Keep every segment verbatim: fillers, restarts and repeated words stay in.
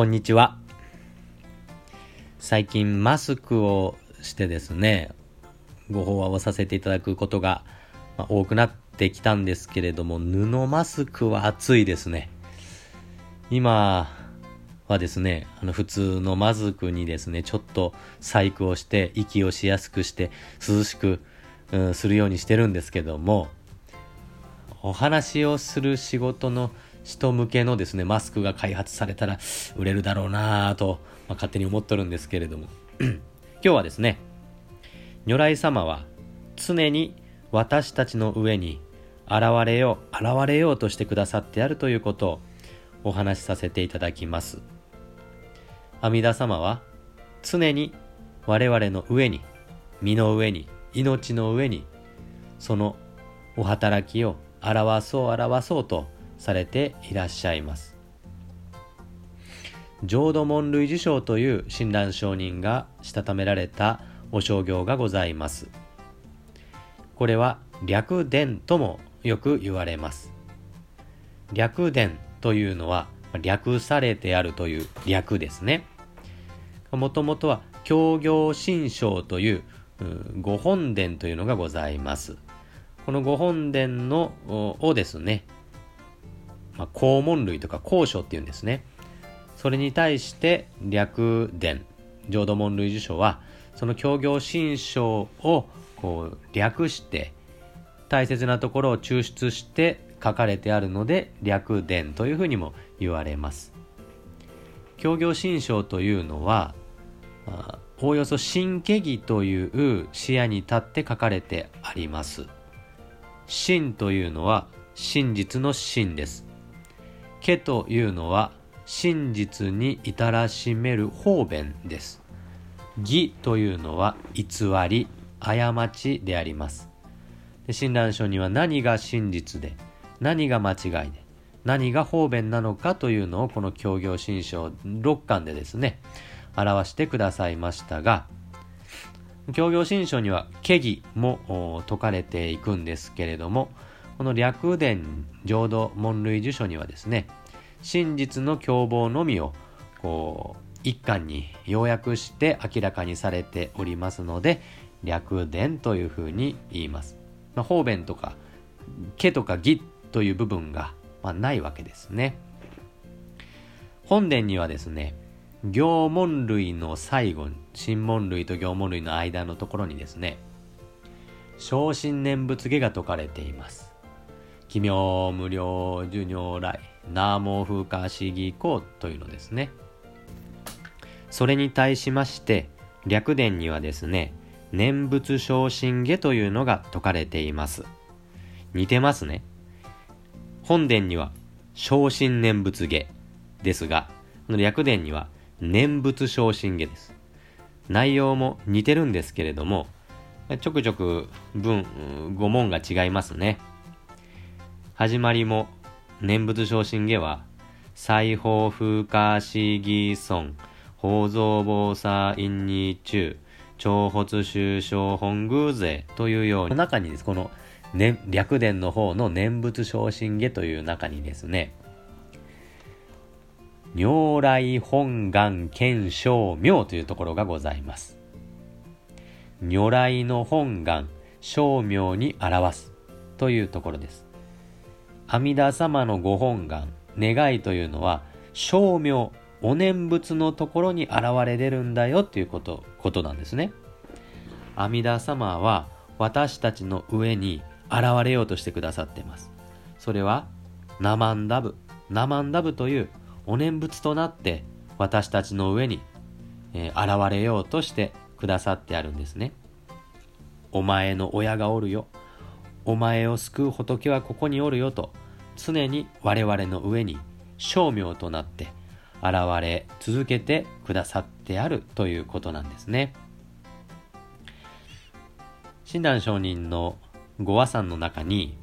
こんにちは。最近マスクをしてですね、ご法話をさせていただくことが多くなってきたんですけれども、布マスクは暑いですね。今はですね、あの普通のマスクにですね、ちょっと細工をして息をしやすくして涼しく、うん、するようにしてるんですけども、お話をする仕事の人向けのですねマスクが開発されたら売れるだろうなぁと、まあ、勝手に思っとるんですけれども今日はですね、如来様は常に私たちの上に現れよう現れようとしてくださってあるということをお話しさせていただきます。阿弥陀様は常に我々の上に、身の上に、命の上にそのお働きを表そう表そうとされていらっしゃいます。浄土門類受章という親鸞上人がしたためられたお称行がございます。これは略伝ともよく言われます。略伝というのは略されてあるという略ですね。もともとは教行信証という御本伝というのがございます。この御本伝のをですね、まあ、公文類とか公書っていうんですね。それに対して略伝、浄土門類受章はその教行信証をこう略して大切なところを抽出して書かれてあるので略伝というふうにも言われます。教行信証というのはおおよそ真化義という視野に立って書かれてあります。真というのは真実の真です。化というのは真実に至らしめる方便です。義というのは偽り、過ちであります。で親鸞書には何が真実で、何が間違いで、何が方便なのかというのをこの教行信証ろっかんでですね、表してくださいましたが、教行信証には化義も説かれていくんですけれども、この略伝浄土門類受章にはですね、真実の教法のみをこう一巻に要約して明らかにされておりますので、略伝というふうに言います。まあ、方便とか化とか義という部分が、まあ、ないわけですね。本伝にはですね、行門類の最後に、真門類と行門類の間のところにですね、正真念仏下が説かれています。奇妙無量寿如来南無不可思議光というのですね。それに対しまして略伝にはですね、念仏正真下というのが説かれています。似てますね。本伝には正真念仏下ですが、略伝には念仏正真下です。内容も似てるんですけれども、ちょくちょく文語文が違いますね。始まりも念仏正真下は西方不可思議尊法蔵菩薩因に中長発修正本偶勢というように、この中にですこの、ね、略伝の方の念仏正真下という中にですね、如来本願見性妙というところがございます。如来の本願正妙に表すというところです。阿弥陀様のご本願、願いというのは正妙、お念仏のところに現れ出るんだよということ、ことなんですね。阿弥陀様は私たちの上に現れようとしてくださっています。それはナマンダブ、ナマンダブというお念仏となって私たちの上に、えー、現れようとしてくださってあるんですね。お前の親がおるよ、お前を救う仏はここにおるよと、常に我々の上に正妙となって現れ続けてくださってあるということなんですね。親鸞上人のご和賛の中に、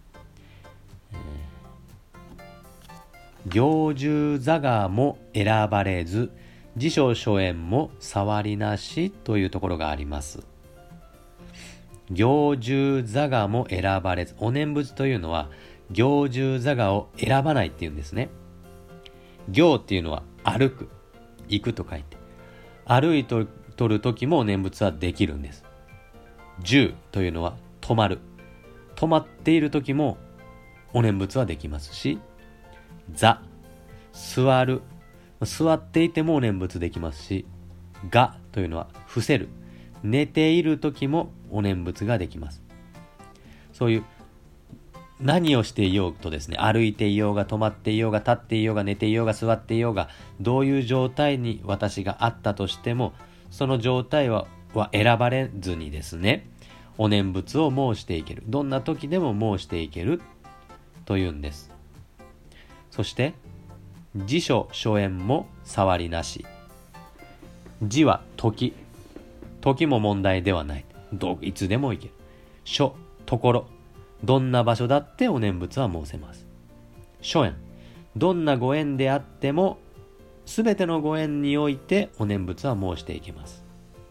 行住座がも選ばれず自称所縁も触りなしというところがあります。行住座がも選ばれず、お念仏というのは行住座がを選ばないっていうんですね。行っていうのは歩く、行くと書いて、歩いととる時もお念仏はできるんです。住というのは止まる、止まっている時もお念仏はできますし、座、座る、座っていてもお念仏できますし、がというのは伏せる、寝ている時もお念仏ができます。そういう何をしていようとですね、歩いていようが止まっていようが立っていようが寝ていようが座っていようが、どういう状態に私があったとしても、その状態は、は選ばれずにですね、お念仏を申していける、どんな時でも申していけるというんです。そして辞書所縁も触りなし。辞は時、時も問題ではない、どいつでもいける。所、ところ、どんな場所だってお念仏は申せます。所縁、どんなご縁であってもすべてのご縁においてお念仏は申していけます。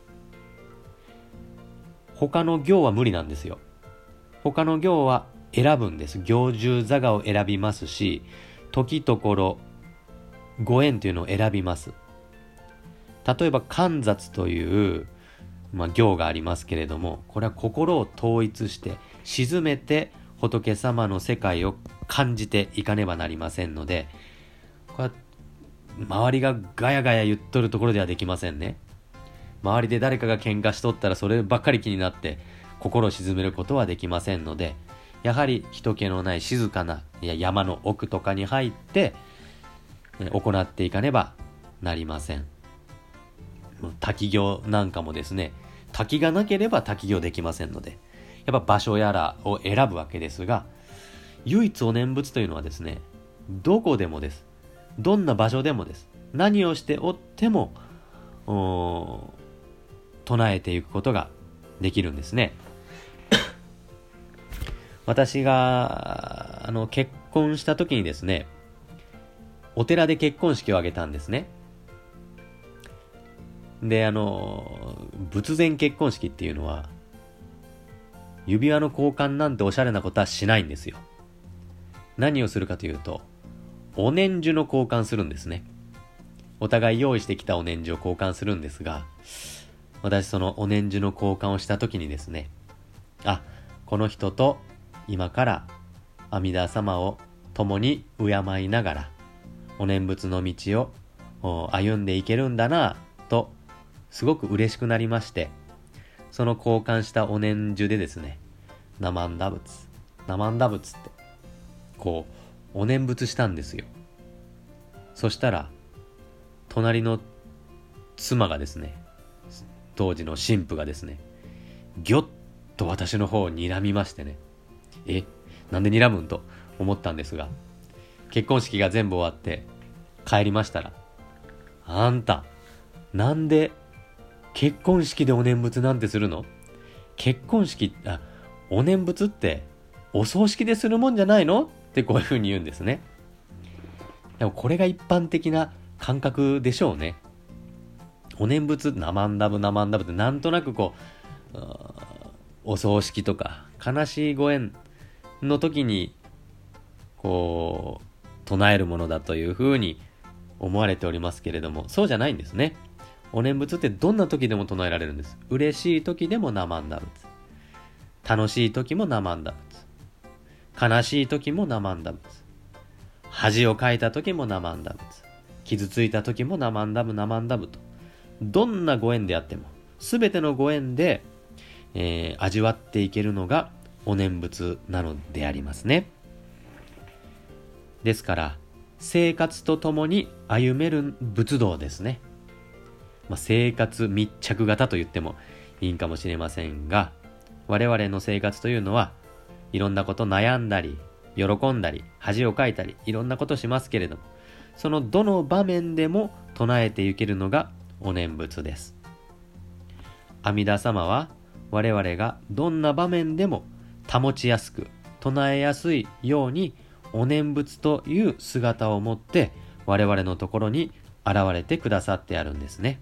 他の行は無理なんですよ。他の行は選ぶんです。行住座がを選びますし、時ところご縁というのを選びます。例えば観察という、まあ、行がありますけれども、これは心を統一して静めて仏様の世界を感じていかねばなりませんので、これは周りがガヤガヤ言っとるところではできませんね。周りで誰かが喧嘩しとったらそればっかり気になって心を静めることはできませんので、やはり人気のない静かないや山の奥とかに入って行っていかねばなりません。滝行なんかもですね、滝がなければ滝行できませんので、やっぱ場所やらを選ぶわけですが、唯一お念仏というのはですね、どこでもです。どんな場所でもです。何をしておっても唱えていくことができるんですね。私があの結婚した時にですね、お寺で結婚式を挙げたんですね。で、あの仏前結婚式っていうのは指輪の交換なんておしゃれなことはしないんですよ。何をするかというと、お念珠の交換するんですね。お互い用意してきたお念珠を交換するんですが、私そのお念珠の交換をした時にですね、あ、この人と今から阿弥陀様を共に敬いながらお念仏の道を歩んでいけるんだなとすごく嬉しくなりまして、その交換したお念珠でですね、ナマンダ仏、ナマンダ仏ってこうお念仏したんですよ。そしたら隣の妻がですね、当時の新婦がですね、ぎょっと私の方を睨みましてね、え、なんで睨むんと思ったんですが、結婚式が全部終わって帰りましたら、あんたなんで結婚式でお念仏なんてするの？結婚式、あ、お念仏ってお葬式でするもんじゃないの？ってこういうふうに言うんですね。でもこれが一般的な感覚でしょうね。お念仏、ナマンダブナマンダブってなんとなくこう、お葬式とか悲しいご縁の時にこう唱えるものだというふうに思われておりますけれども、そうじゃないんですね。お念仏ってどんな時でも唱えられるんです。嬉しい時でもナマンダ仏、楽しい時もナマンダ仏、悲しい時もナマンダ仏、恥をかいた時もナマンダ仏、傷ついた時もナマンダブナマンダブと、どんなご縁であってもすべてのご縁で、えー、味わっていけるのがお念仏なのでありますね。ですから生活とともに歩める仏道ですね。まあ、生活密着型と言ってもいいかもしれませんが、我々の生活というのはいろんなこと悩んだり喜んだり恥をかいたりいろんなことしますけれども、そのどの場面でも唱えていけるのがお念仏です。阿弥陀様は我々がどんな場面でも保ちやすく唱えやすいようにお念仏という姿を持って我々のところに現れてくださってあるんですね。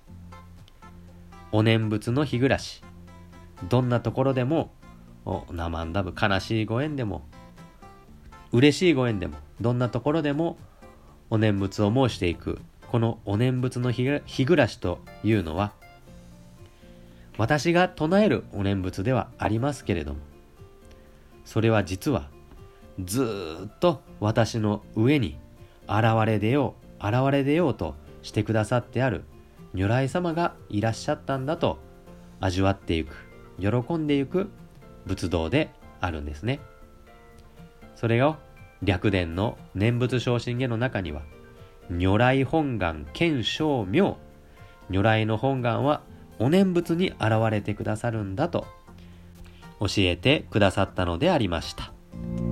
お念仏の日暮らし、どんなところでもナマンダブ、悲しいご縁でも嬉しいご縁でもどんなところでもお念仏を申していくこのお念仏の日暮らしというのは、私が唱えるお念仏ではありますけれども、それは実はずーっと私の上に現れ出よう現れ出ようとしてくださってある如来様がいらっしゃったんだと味わっていく、喜んでいく仏道であるんですね。それを略伝の念仏昇進偈の中には、如来本願見性妙、如来の本願はお念仏に現れてくださるんだと教えてくださったのでありました。